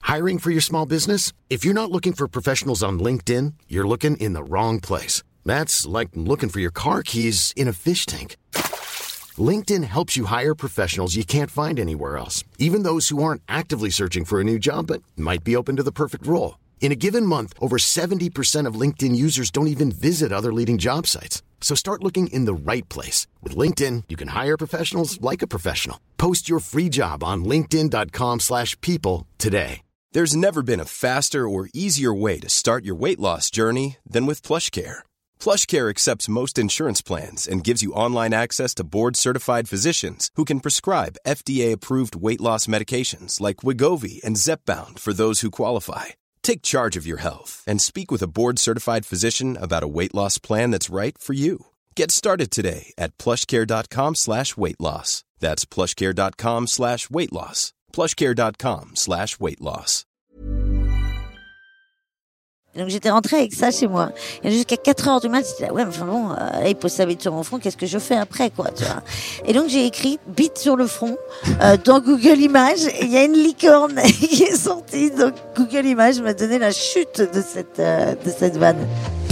Hiring for your small business? If you're not looking for professionals on LinkedIn, you're looking in the wrong place. That's like looking for your car keys in a fish tank. LinkedIn helps you hire professionals you can't find anywhere else, even those who aren't actively searching for a new job but might be open to the perfect role. In a given month, over 70% of LinkedIn users don't even visit other leading job sites. So start looking in the right place. With LinkedIn, you can hire professionals like a professional. Post your free job on linkedin.com/people today. There's never been a faster or easier way to start your weight loss journey than with PlushCare. PlushCare accepts most insurance plans and gives you online access to board-certified physicians who can prescribe FDA-approved weight loss medications like Wegovy and Zepbound for those who qualify. Take charge of your health and speak with a board-certified physician about a weight loss plan that's right for you. Get started today at plushcare.com/weight loss. That's plushcare.com/weight loss. plushcare.com/weight loss. Donc j'étais rentrée avec ça chez moi. Et jusqu'à 4h du mat', j'étais là, ouais, mais enfin bon, il pose sa bite sur mon front, qu'est-ce que je fais après, quoi, tu vois. Et donc j'ai écrit bite sur le front dans Google Images. Et il y a une licorne qui est sortie. Donc Google Images m'a donné la chute de cette vanne.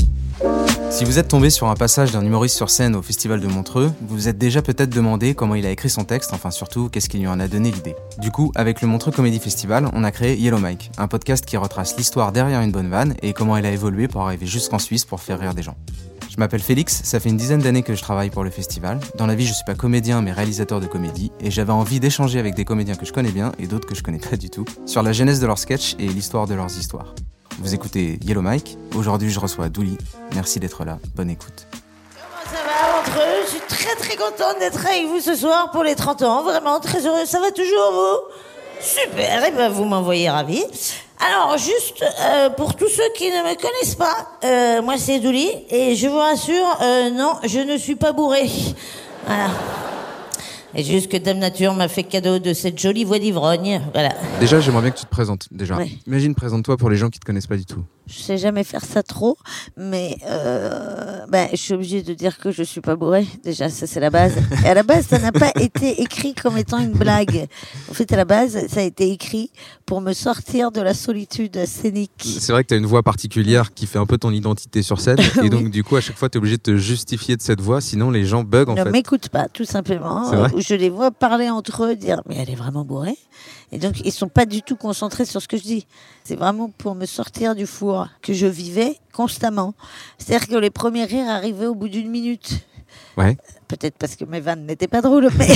Si vous êtes tombé sur un passage d'un humoriste sur scène au Festival de Montreux, vous vous êtes déjà peut-être demandé comment il a écrit son texte, enfin surtout, qu'est-ce qui lui en a donné l'idée. Du coup, avec le Montreux Comedy Festival, on a créé Yellow Mike, un podcast qui retrace l'histoire derrière une bonne vanne et comment elle a évolué pour arriver jusqu'en Suisse pour faire rire des gens. Je m'appelle Félix, ça fait une dizaine d'années que je travaille pour le festival. Dans la vie, je suis pas comédien mais réalisateur de comédie et j'avais envie d'échanger avec des comédiens que je connais bien et d'autres que je connais pas du tout sur la genèse de leurs sketchs et l'histoire de leurs histoires. Vous écoutez Yellow Mike, aujourd'hui je reçois Douli. Merci d'être là, bonne écoute. Comment ça va entre eux? Je suis très très contente d'être avec vous ce soir pour les 30 ans, vraiment très heureuse. Ça va toujours vous? Super, et ben vous m'envoyez ravi. Alors juste pour tous ceux qui ne me connaissent pas, moi c'est Douli et je vous rassure, non, je ne suis pas bourré. Voilà. Et juste que Dame Nature m'a fait cadeau de cette jolie voix d'ivrogne, voilà. Déjà, j'aimerais bien que tu te présentes, déjà. Ouais. Imagine, présente-toi pour les gens qui te connaissent pas du tout. Je sais jamais faire ça trop, mais je suis obligée de dire que je suis pas bourrée. Déjà, ça c'est la base. Et à la base, ça n'a pas été écrit comme étant une blague. En fait, à la base, ça a été écrit pour me sortir de la solitude scénique. C'est vrai que tu as une voix particulière qui fait un peu ton identité sur scène. Et donc, du coup, à chaque fois, tu es obligé de te justifier de cette voix, sinon les gens bug en fait. Ne m'écoutent pas, tout simplement. C'est vrai ? Je les vois parler entre eux, dire « mais elle est vraiment bourrée ». Et donc, ils sont pas du tout concentrés sur ce que je dis. C'est vraiment pour me sortir du four que je vivais constamment. C'est-à-dire que les premiers rires arrivaient au bout d'une minute. Ouais. Peut-être parce que mes vannes n'étaient pas drôles, mais,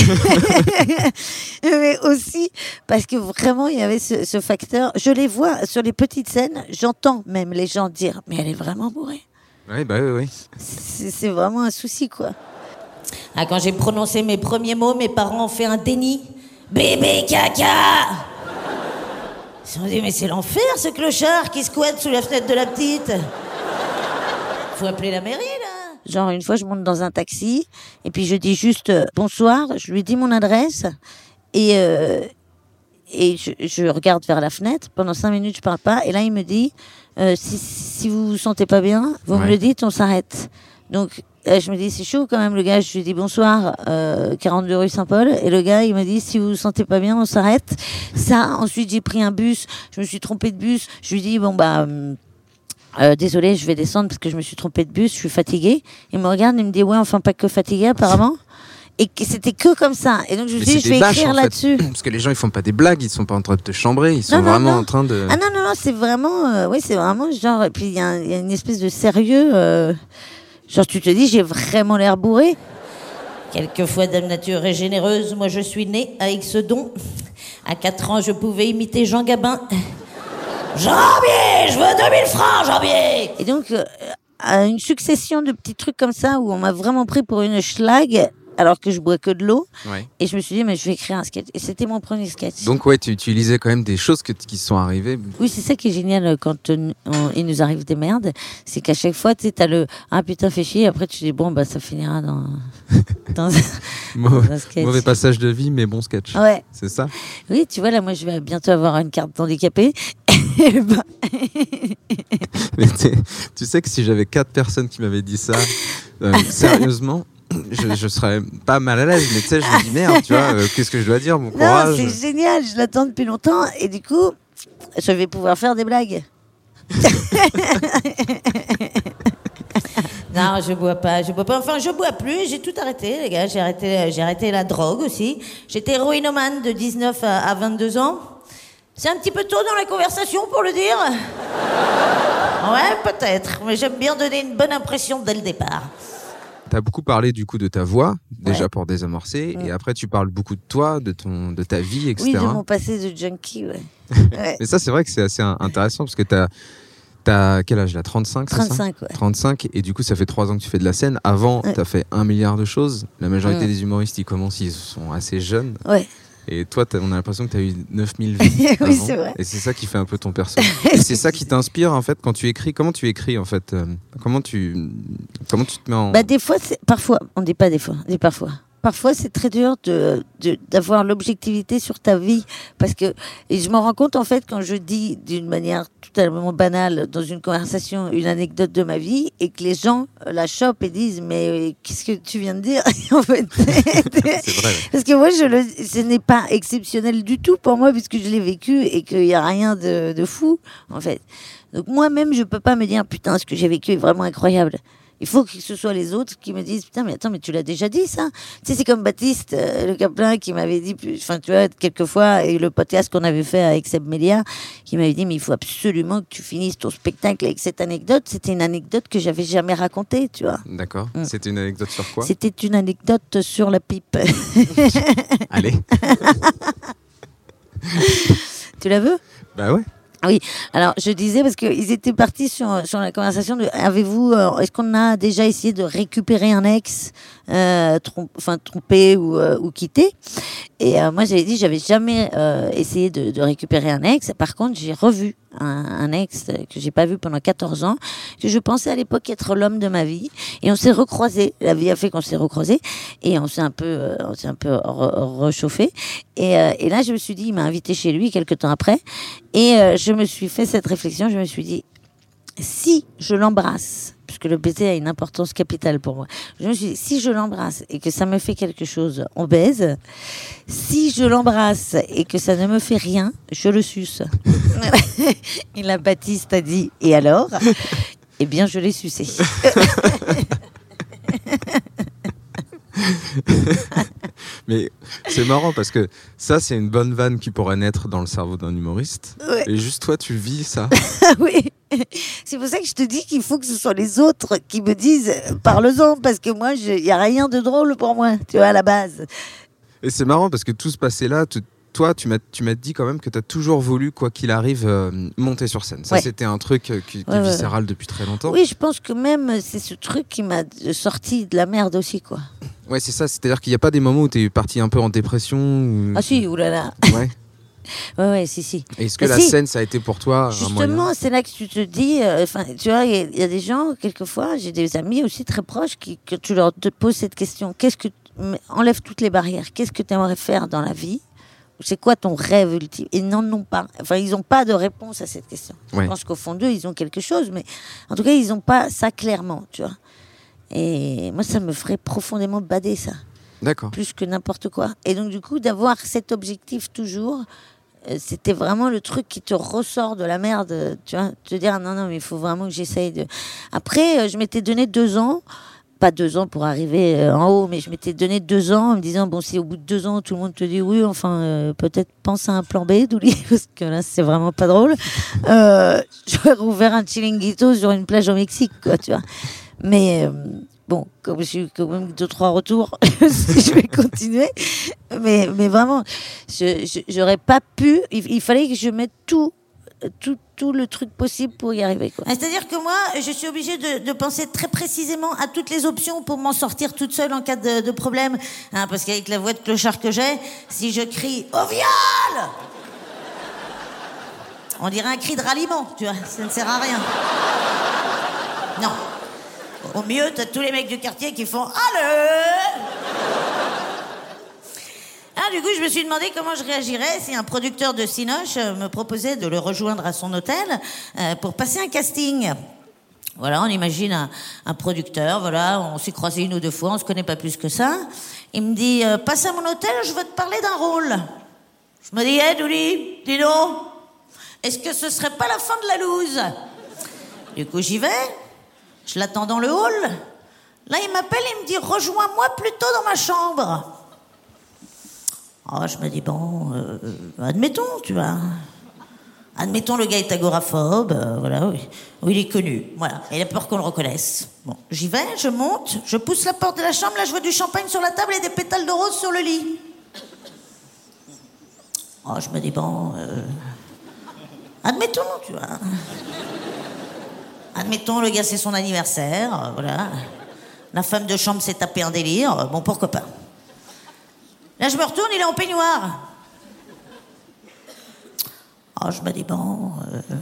mais aussi parce que vraiment, il y avait ce facteur. Je les vois sur les petites scènes, j'entends même les gens dire « mais elle est vraiment bourrée ». Ouais, bah oui. C'est vraiment un souci, quoi. Ah, quand j'ai prononcé mes premiers mots, mes parents ont fait un déni. Bébé caca! Ils se sont dit, mais c'est l'enfer ce clochard qui squatte sous la fenêtre de la petite. Faut appeler la mairie là. Genre une fois je monte dans un taxi et puis je dis juste bonsoir, je lui dis mon adresse et je regarde vers la fenêtre. Pendant 5 minutes je parle pas et là il me dit si vous vous sentez pas bien, vous me le dites, on s'arrête. Donc je me dis, c'est chaud quand même, le gars. Je lui dis bonsoir, 42 rue Saint-Paul. Et le gars, il me dit, si vous vous sentez pas bien, on s'arrête. Ça, ensuite, j'ai pris un bus. Je me suis trompée de bus. Je lui dis, désolé, je vais descendre parce que je me suis trompée de bus. Je suis fatiguée. Il me regarde, il me dit, ouais, enfin, pas que fatiguée, apparemment. Et que c'était que comme ça. Et donc, je me suis dit, je vais écrire là-dessus. Parce que les gens, ils font pas des blagues. Ils sont pas en train de te chambrer. Ils sont vraiment en train de... Ah non, c'est vraiment... c'est vraiment genre... Et puis, il y a une espèce de sérieux... Genre, tu te dis, j'ai vraiment l'air bourré. Quelquefois, Dame Nature est généreuse. Moi, je suis née avec ce don. À 4 ans, je pouvais imiter Jean Gabin. Jambier, je veux 2000 francs, Jambier. Et donc, une succession de petits trucs comme ça où on m'a vraiment pris pour une schlag alors que je bois que de l'eau. Ouais. Et je me suis dit, mais je vais écrire un sketch. Et c'était mon premier sketch. Donc, ouais, tu lisais quand même des choses qui sont arrivées. Oui, c'est ça qui est génial quand il nous arrive des merdes. C'est qu'à chaque fois, tu sais, t'as le « Ah putain, fais chier ». Après, tu dis « Bon, bah, ça finira dans un sketch. » Mauvais passage de vie, mais bon sketch. Ouais. C'est ça ? Oui, tu vois, là, moi, je vais bientôt avoir une carte d'handicapé. Mais tu sais que si j'avais 4 personnes qui m'avaient dit ça, sérieusement... Je serais pas mal à l'aise, mais tu sais, je me dis merde, tu vois, qu'est-ce que je dois dire, mon courage. Non, c'est génial, je l'attends depuis longtemps et du coup, je vais pouvoir faire des blagues. Non, je bois pas. Enfin, je bois plus. J'ai tout arrêté, les gars. J'ai arrêté la drogue aussi. J'étais héroïnomane de 19 à 22 ans. C'est un petit peu tôt dans la conversation pour le dire. Ouais, peut-être. Mais j'aime bien donner une bonne impression dès le départ. T'as beaucoup parlé du coup de ta voix, déjà pour désamorcer, et après tu parles beaucoup de toi, de ta vie, etc. Oui, de mon passé de junkie, ouais. Mais ça, c'est vrai que c'est assez intéressant parce que t'as quel âge là, 35, c'est ça ? 35, ouais. 35, et du coup ça fait 3 ans que tu fais de la scène. Avant, t'as fait 1 milliard de choses. La majorité des humoristes, ils sont assez jeunes. Ouais. Et toi, on a l'impression que tu as eu 9000 vies. Oui, c'est vrai. Et c'est ça qui fait un peu ton perso. Et c'est ça qui t'inspire, en fait, quand tu écris. Comment tu écris, en fait comment tu te mets en... Des fois, parfois, on dit pas des fois, on dit parfois. Parfois, c'est très dur d'avoir l'objectivité sur ta vie. Et je m'en rends compte, en fait, quand je dis d'une manière totalement banale, dans une conversation, une anecdote de ma vie, et que les gens la chopent et disent, mais qu'est-ce que tu viens de dire? En fait, c'est vrai. Parce que moi, ce n'est pas exceptionnel du tout pour moi, puisque je l'ai vécu et qu'il n'y a rien de fou, en fait. Donc moi-même, je peux pas me dire, putain, ce que j'ai vécu est vraiment incroyable. Il faut que ce soit les autres qui me disent, putain, mais attends, mais tu l'as déjà dit, ça. Tu sais, c'est comme Baptiste, le Caplin, qui m'avait dit, enfin, tu vois, quelquefois, et le podcast qu'on avait fait avec Seb Melia, qui m'avait dit, mais il faut absolument que tu finisses ton spectacle avec cette anecdote. C'était une anecdote que j'avais jamais racontée, tu vois. D'accord. C'était une anecdote sur quoi? C'était une anecdote sur la pipe. Allez. Tu la veux? Bah ouais. Oui, alors je disais, parce qu'ils étaient partis sur la conversation de est-ce qu'on a déjà essayé de récupérer un ex, trompé ou quitté? Et moi j'avais dit, j'avais jamais essayé de récupérer un ex. Par contre, j'ai revu un ex que j'ai pas vu pendant 14 ans, que je pensais à l'époque être l'homme de ma vie, et on s'est recroisés. La vie a fait qu'on s'est recroisés, et on s'est un peu rechauffé. Et là, je me suis dit, il m'a invité chez lui quelques temps après, et je me suis fait cette réflexion. Je me suis dit, si je l'embrasse, puisque le baiser a une importance capitale pour moi, je me suis dit, si je l'embrasse et que ça me fait quelque chose, on baise. Si je l'embrasse et que ça ne me fait rien, je le suce. Et la Baptiste a dit, et alors? Eh bien, je l'ai sucé. Mais c'est marrant parce que ça, c'est une bonne vanne qui pourrait naître dans le cerveau d'un humoriste. Ouais. Et juste toi, tu vis ça. Oui. C'est pour ça que je te dis qu'il faut que ce soit les autres qui me disent parle-en, parce que moi, il n'y a rien de drôle pour moi, tu vois, à la base. Et c'est marrant parce que tout ce passé-là, toi, tu m'as dit quand même que tu as toujours voulu, quoi qu'il arrive, monter sur scène. Ça, c'était un truc qui est viscéral depuis très longtemps. Oui, je pense que même c'est ce truc qui m'a sorti de la merde aussi, quoi. Ouais, c'est ça. C'est-à-dire qu'il n'y a pas des moments où tu es parti un peu en dépression ou... Ah si, oulala. Ouais. Ouais, si. Et est-ce que la scène, ça a été pour toi justement, un moyen? c'est là que tu te dis... tu vois, il y a des gens, quelquefois, j'ai des amis aussi très proches, que tu leur te poses cette question. Enlève toutes les barrières. Qu'est-ce que tu aimerais faire dans la vie? C'est quoi ton rêve ultime? Ils n'en ont pas. Enfin, ils n'ont pas de réponse à cette question. Ouais. Je pense qu'au fond d'eux, ils ont quelque chose, mais en tout cas, ils n'ont pas ça clairement, tu vois. Et moi, ça me ferait profondément bader, ça. D'accord. Plus que n'importe quoi. Et donc, du coup, d'avoir cet objectif toujours, c'était vraiment le truc qui te ressort de la merde, tu vois. Te dire, non, mais il faut vraiment que j'essaye de... Après, je m'étais donné 2 ans. Pas 2 ans pour arriver en haut, mais je m'étais donné 2 ans en me disant, bon, si au bout de 2 ans, tout le monde te dit oui, enfin, peut-être pense à un plan B, Douli, parce que là, c'est vraiment pas drôle. J'aurais rouvert un chilinguito sur une plage au Mexique, quoi, tu vois. Mais bon, comme j'ai eu quand même 2-3 retours, je vais continuer. Mais vraiment, j'aurais pas pu, il fallait que je mette tout le truc possible pour y arriver, quoi. C'est-à-dire que moi, je suis obligée de penser très précisément à toutes les options pour m'en sortir toute seule en cas de problème. Hein, parce qu'avec la voix de clochard que j'ai, si je crie « Au viol !» on dirait un cri de ralliement, tu vois, ça ne sert à rien. Non. Au mieux, t'as tous les mecs du quartier qui font « Allez !» Du coup, je me suis demandé comment je réagirais si un producteur de Cinoche me proposait de le rejoindre à son hôtel pour passer un casting. Voilà, on imagine un producteur, voilà, on s'est croisés 1 ou 2 fois, on se connaît pas plus que ça. Il me dit « Passe à mon hôtel, je veux te parler d'un rôle. » Je me dis « Douli, dis donc, est-ce que ce serait pas la fin de la loose? Du coup, j'y vais. Je l'attends dans le hall. Là, il m'appelle, il me dit, rejoins-moi plutôt dans ma chambre. Oh, je me dis, bon, admettons, tu vois. Admettons, le gars est agoraphobe, voilà, oui. Oui, il est connu, voilà. Il a peur qu'on le reconnaisse. Bon, j'y vais, je monte, je pousse la porte de la chambre, là, je vois du champagne sur la table et des pétales de rose sur le lit. Oh, je me dis, bon, admettons, tu vois. Admettons, le gars, c'est son anniversaire, voilà. La femme de chambre s'est tapé un délire, bon, pourquoi pas. Là, je me retourne, il est en peignoir. Oh, je me dis, bon...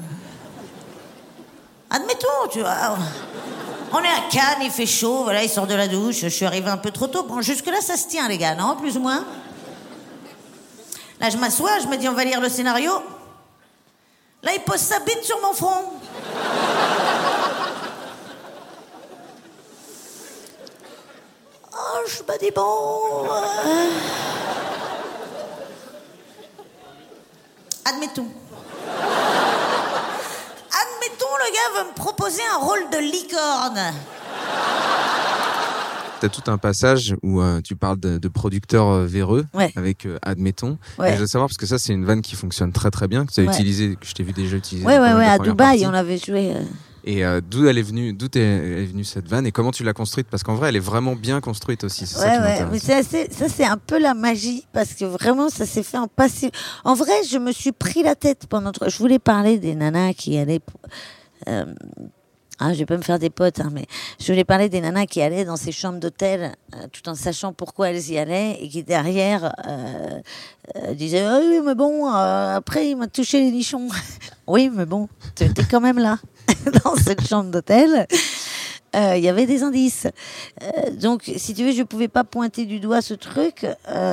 Admettons, tu vois. On est à Cannes, il fait chaud, voilà, il sort de la douche, je suis arrivé un peu trop tôt. Bon, jusque-là, ça se tient, les gars, non? Plus ou moins? Là, je m'assois, je me dis, on va lire le scénario. Là, il pose sa bite sur mon front. Oh, je me dis, bon... Admettons. Admettons, le gars veut me proposer un rôle de licorne. T'as tout un passage où tu parles de producteurs véreux, ouais. Avec Admettons. Ouais. Et je veux savoir, parce que ça, c'est une vanne qui fonctionne très très bien, que tu as utilisé, que je t'ai vu déjà utiliser. Ouais, à Dubaï, on l'avait joué. Et d'où est venue cette vanne et comment tu l'as construite? Parce qu'en vrai, elle est vraiment bien construite aussi. C'est ça qui m'intéresse. Mais ça, c'est un peu la magie, parce que vraiment, ça s'est fait en passé. En vrai, je me suis pris la tête pendant... Je voulais parler des nanas qui allaient... je vais pas me faire des potes, mais je voulais parler des nanas qui allaient dans ces chambres d'hôtel tout en sachant pourquoi elles y allaient et qui derrière disaient « oui, mais bon, après il m'a touché les nichons. » Oui, mais bon, tu étais quand même là, dans cette chambre d'hôtel. Il y avait des indices. Donc, si tu veux, je pouvais pas pointer du doigt ce truc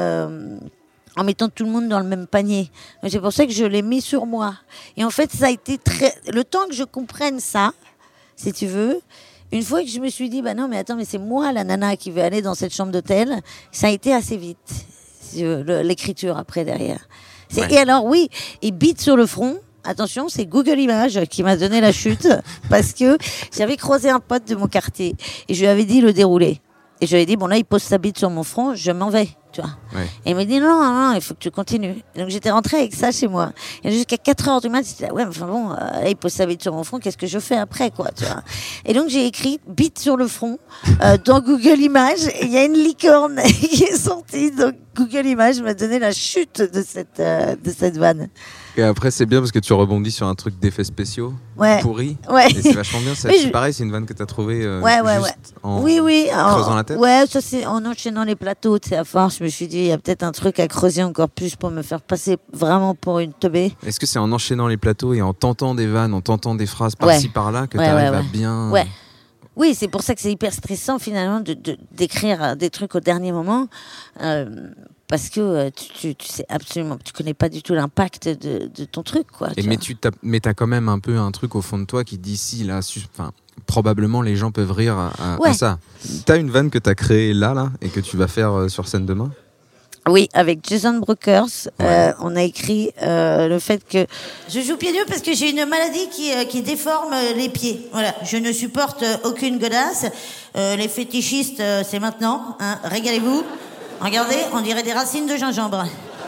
en mettant tout le monde dans le même panier. Donc, c'est pour ça que je l'ai mis sur moi. Et en fait, ça a été le temps que je comprenne ça, si tu veux, une fois que je me suis dit, bah non, mais attends, mais c'est moi la nana qui veut aller dans cette chambre d'hôtel, ça a été assez vite, l'écriture après derrière. Ouais. Et alors oui, et bite sur le front, attention, c'est Google Images qui m'a donné la chute, parce que j'avais croisé un pote de mon quartier, et je lui avais dit le déroulé. Et je lui ai dit, bon là, il pose sa bite sur mon front, je m'en vais, tu vois. Ouais. Et il m'a dit, non, il faut que tu continues. Et donc j'étais rentrée avec ça chez moi. Et jusqu'à 4h du matin, j'étais là, ouais, mais enfin bon, là, il pose sa bite sur mon front, qu'est-ce que je fais après, quoi, tu vois. Et donc j'ai écrit bite sur le front dans Google Images, et il y a une licorne qui est sortie. Donc Google Images m'a donné la chute de cette vanne. Et après, c'est bien parce que tu rebondis sur un truc d'effets spéciaux pourris. Ouais. Et c'est vachement bien. C'est pareil, c'est une vanne que tu as trouvée en creusant la tête. Ouais, ça c'est en enchaînant les plateaux. Tu sais, à force, je me suis dit, il y a peut-être un truc à creuser encore plus pour me faire passer vraiment pour une teubée. Est-ce que c'est en enchaînant les plateaux et en tentant des vannes, en tentant des phrases par-ci par-là que tu arrives à bien... Ouais. Oui, c'est pour ça que c'est hyper stressant finalement d'écrire des trucs au dernier moment. Parce que tu sais absolument, tu connais pas du tout l'impact de ton truc, quoi. Mais t'as quand même un peu un truc au fond de toi qui dit si là, probablement les gens peuvent rire à ça. T'as une vanne que t'as créée là et que tu vas faire sur scène demain. Oui, avec Jason Brokers, on a écrit le fait que je joue pieds nus parce que j'ai une maladie qui déforme les pieds. Voilà, je ne supporte aucune godasse. Les fétichistes, c'est maintenant. Hein, régalez-vous. Regardez, on dirait des racines de gingembre.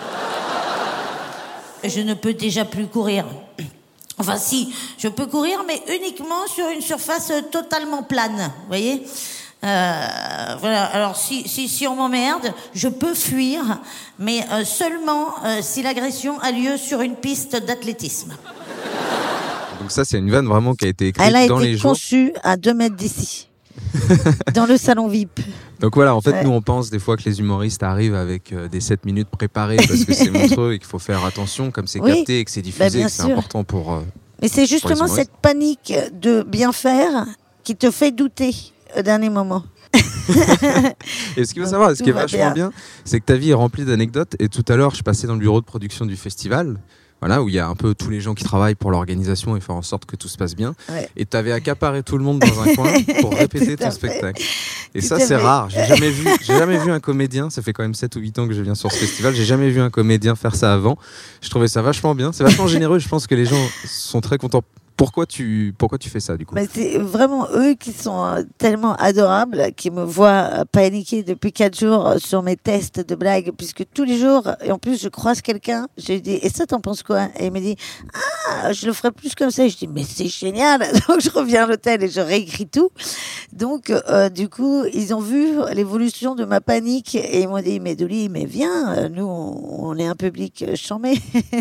Je ne peux déjà plus courir. Enfin si, je peux courir, mais uniquement sur une surface totalement plane, vous voyez ? Voilà, alors si on m'emmerde, je peux fuir, mais seulement si l'agression a lieu sur une piste d'athlétisme. Donc ça, c'est une vanne vraiment qui a été écrite dans les jours. Elle a été conçue à 2 mètres d'ici, dans le salon VIP. Donc voilà, en fait, nous, on pense des fois que les humoristes arrivent avec des 7 minutes préparées parce que c'est Montreux et qu'il faut faire attention, comme c'est capté et que c'est diffusé, que c'est important pour... Mais c'est justement cette panique de bien faire qui te fait douter au dernier moment. Et ce qu'il faut savoir, ce qui est vachement bien, c'est que ta vie est remplie d'anecdotes. Et tout à l'heure, je passais dans le bureau de production du festival voilà, où il y a un peu tous les gens qui travaillent pour l'organisation et faire en sorte que tout se passe bien. Ouais. Et tu avais accaparé tout le monde dans un coin pour répéter ton spectacle. Et ça, c'est rare. J'ai jamais vu un comédien, ça fait quand même 7 ou 8 ans que je viens sur ce festival, j'ai jamais vu un comédien faire ça avant. Je trouvais ça vachement bien. C'est vachement généreux. Je pense que les gens sont très contents. Pourquoi tu fais ça du coup ? C'est vraiment eux qui sont tellement adorables, qui me voient paniquer depuis 4 jours sur mes tests de blagues, puisque tous les jours, et en plus je croise quelqu'un, je lui dis « Et ça t'en penses quoi ?» Et il me dit « Ah, je le ferai plus comme ça ». Et je dis « Mais c'est génial !» Donc je reviens à l'hôtel et je réécris tout. Donc du coup, ils ont vu l'évolution de ma panique et ils m'ont dit « Mais Dolly, mais viens, nous on est un public charmé. »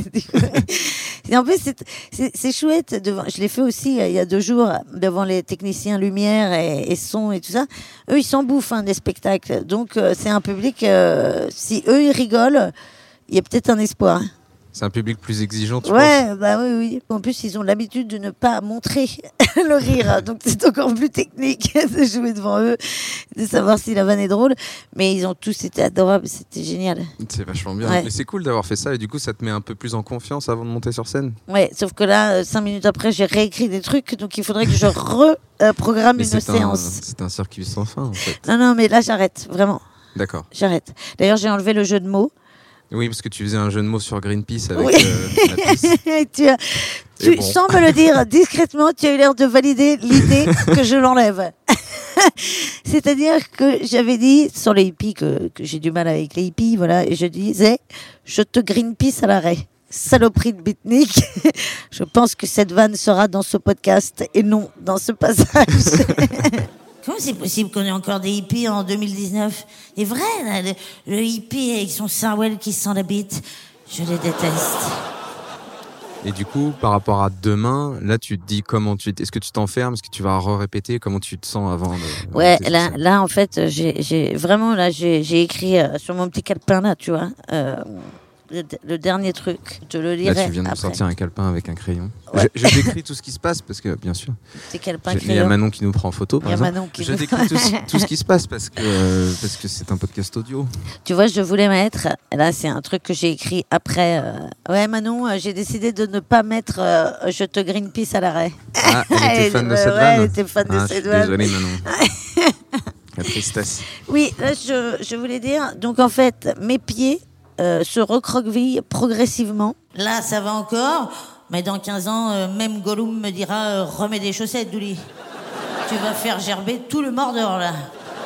Et en plus, c'est chouette. Je l'ai fait aussi il y a 2 jours devant les techniciens lumière et son et tout ça. Eux, ils s'en bouffent des spectacles. Donc, c'est un public. Si eux, ils rigolent, il y a peut-être un espoir. C'est un public plus exigeant, tu penses ? Bah oui. En plus, ils ont l'habitude de ne pas montrer le rire. Donc, c'est encore plus technique de jouer devant eux, de savoir si la vanne est drôle. Mais ils ont tous été adorables. C'était génial. C'est vachement bien. Ouais. Mais c'est cool d'avoir fait ça. Et du coup, ça te met un peu plus en confiance avant de monter sur scène ? Ouais, sauf que là, 5 minutes après, j'ai réécrit des trucs. Donc, il faudrait que je reprogramme une séance. C'est un circuit sans fin, en fait. Non, mais là, j'arrête. Vraiment. D'accord. J'arrête. D'ailleurs, j'ai enlevé le jeu de mots. Oui, parce que tu faisais un jeu de mots sur Greenpeace avec la pisse. Tu sans me le dire discrètement, tu as eu l'air de valider l'idée que je l'enlève. C'est-à-dire que j'avais dit sur les hippies que j'ai du mal avec les hippies, voilà, et je disais je te Greenpeace à l'arrêt. Saloperie de beatnik. Je pense que cette vanne sera dans ce podcast et non dans ce passage. Comment c'est possible qu'on ait encore des hippies en 2019 ? C'est vrai, là, le hippie avec son sarouel qui sent la bite, je les déteste. Et du coup, par rapport à demain, là, tu te dis est-ce que tu t'enfermes ? Est-ce que tu vas répéter ? Comment tu te sens avant de... Ouais, là, en fait, j'ai vraiment, là, j'ai écrit sur mon petit calepin, là, tu vois, le dernier truc, je te le lirai. Là, tu viens de me sortir un calepin avec un crayon. Ouais. Je décris tout ce qui se passe parce que, bien sûr, il y a Manon qui nous prend en photo, par exemple. Je décris tout ce qui se passe parce que c'est un podcast audio. Tu vois, je voulais mettre, là, c'est un truc que j'ai écrit après. Ouais, Manon, j'ai décidé de ne pas mettre je te Greenpeace à l'arrêt. Ah, elle était fan de cette vanne. Ouais, elle était fan de cette vanne. Désolé, Manon. La tristesse. Oui, là, je voulais dire, donc en fait, mes pieds se recroquevillent progressivement. Là, ça va encore, mais dans 15 ans, même Gollum me dira remets des chaussettes, Douli. Tu vas faire gerber tout le Mordor, là.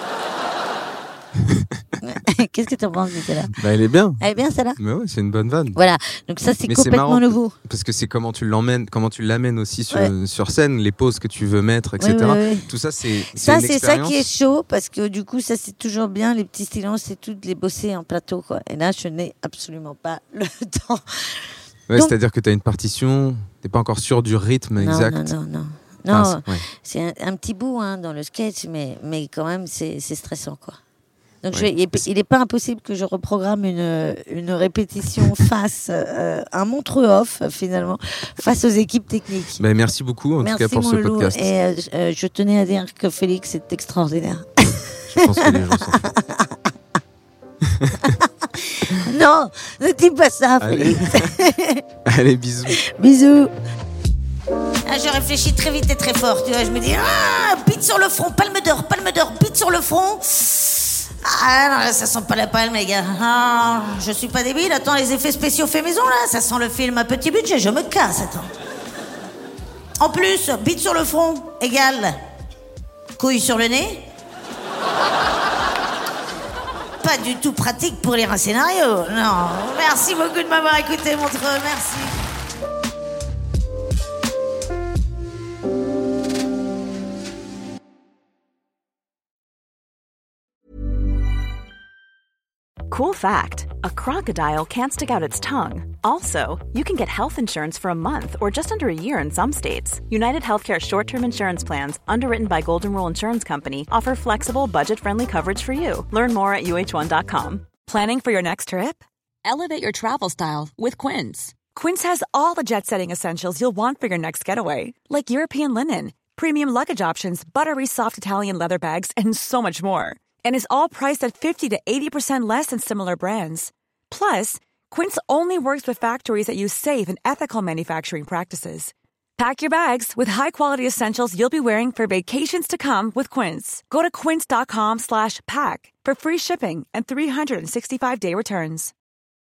Qu'est-ce que tu en penses, Nicolas ? Elle est bien. Elle est bien, celle-là ? Mais ouais, c'est une bonne vanne. Voilà, donc ça, c'est complètement nouveau. Parce que c'est comment tu l'amènes aussi sur scène, les pauses que tu veux mettre, etc. Oui. Tout ça, c'est ça, une c'est expérience. Ça qui est chaud, parce que du coup, ça, c'est toujours bien, les petits silences, c'est tout de les bosser en plateau, quoi. Et là, je n'ai absolument pas le temps. Ouais, donc, c'est-à-dire que tu as une partition, tu n'es pas encore sûr du rythme exact. Non, c'est un petit bout dans le sketch, mais quand même, c'est stressant, quoi. Donc il n'est pas impossible que je reprogramme une répétition face un montre off finalement face aux équipes techniques. Merci beaucoup en tout cas pour ce podcast. Et je tenais à dire que Félix est extraordinaire. Je pense que les gens s'en foutent. Non, ne dis pas ça, Félix. Allez, bisous. Bisous. Je réfléchis très vite et très fort, tu vois. Je me dis bite sur le front, palme d'or, bite sur le front. Ah non, ça sent pas la palme, les gars. Ah, je suis pas débile. Attends, les effets spéciaux faits maison, là, ça sent le film à petit budget. Je me casse, attends. En plus, bite sur le front égale couille sur le nez. Pas du tout pratique pour lire un scénario. Non, merci beaucoup de m'avoir écouté, Montreux. Merci. Cool fact, a crocodile can't stick out its tongue. Also, you can get health insurance for a month or just under a year in some states. United Healthcare short-term insurance plans, underwritten by Golden Rule Insurance Company, offer flexible, budget-friendly coverage for you. Learn more at uh1.com. Planning for your next trip? Elevate your travel style with Quince. Quince has all the jet-setting essentials you'll want for your next getaway, like European linen, premium luggage options, buttery soft Italian leather bags, and so much more. And is all priced at 50 to 80% less than similar brands. Plus, Quince only works with factories that use safe and ethical manufacturing practices. Pack your bags with high-quality essentials you'll be wearing for vacations to come with Quince. Go to quince.com/pack for free shipping and 365-day returns.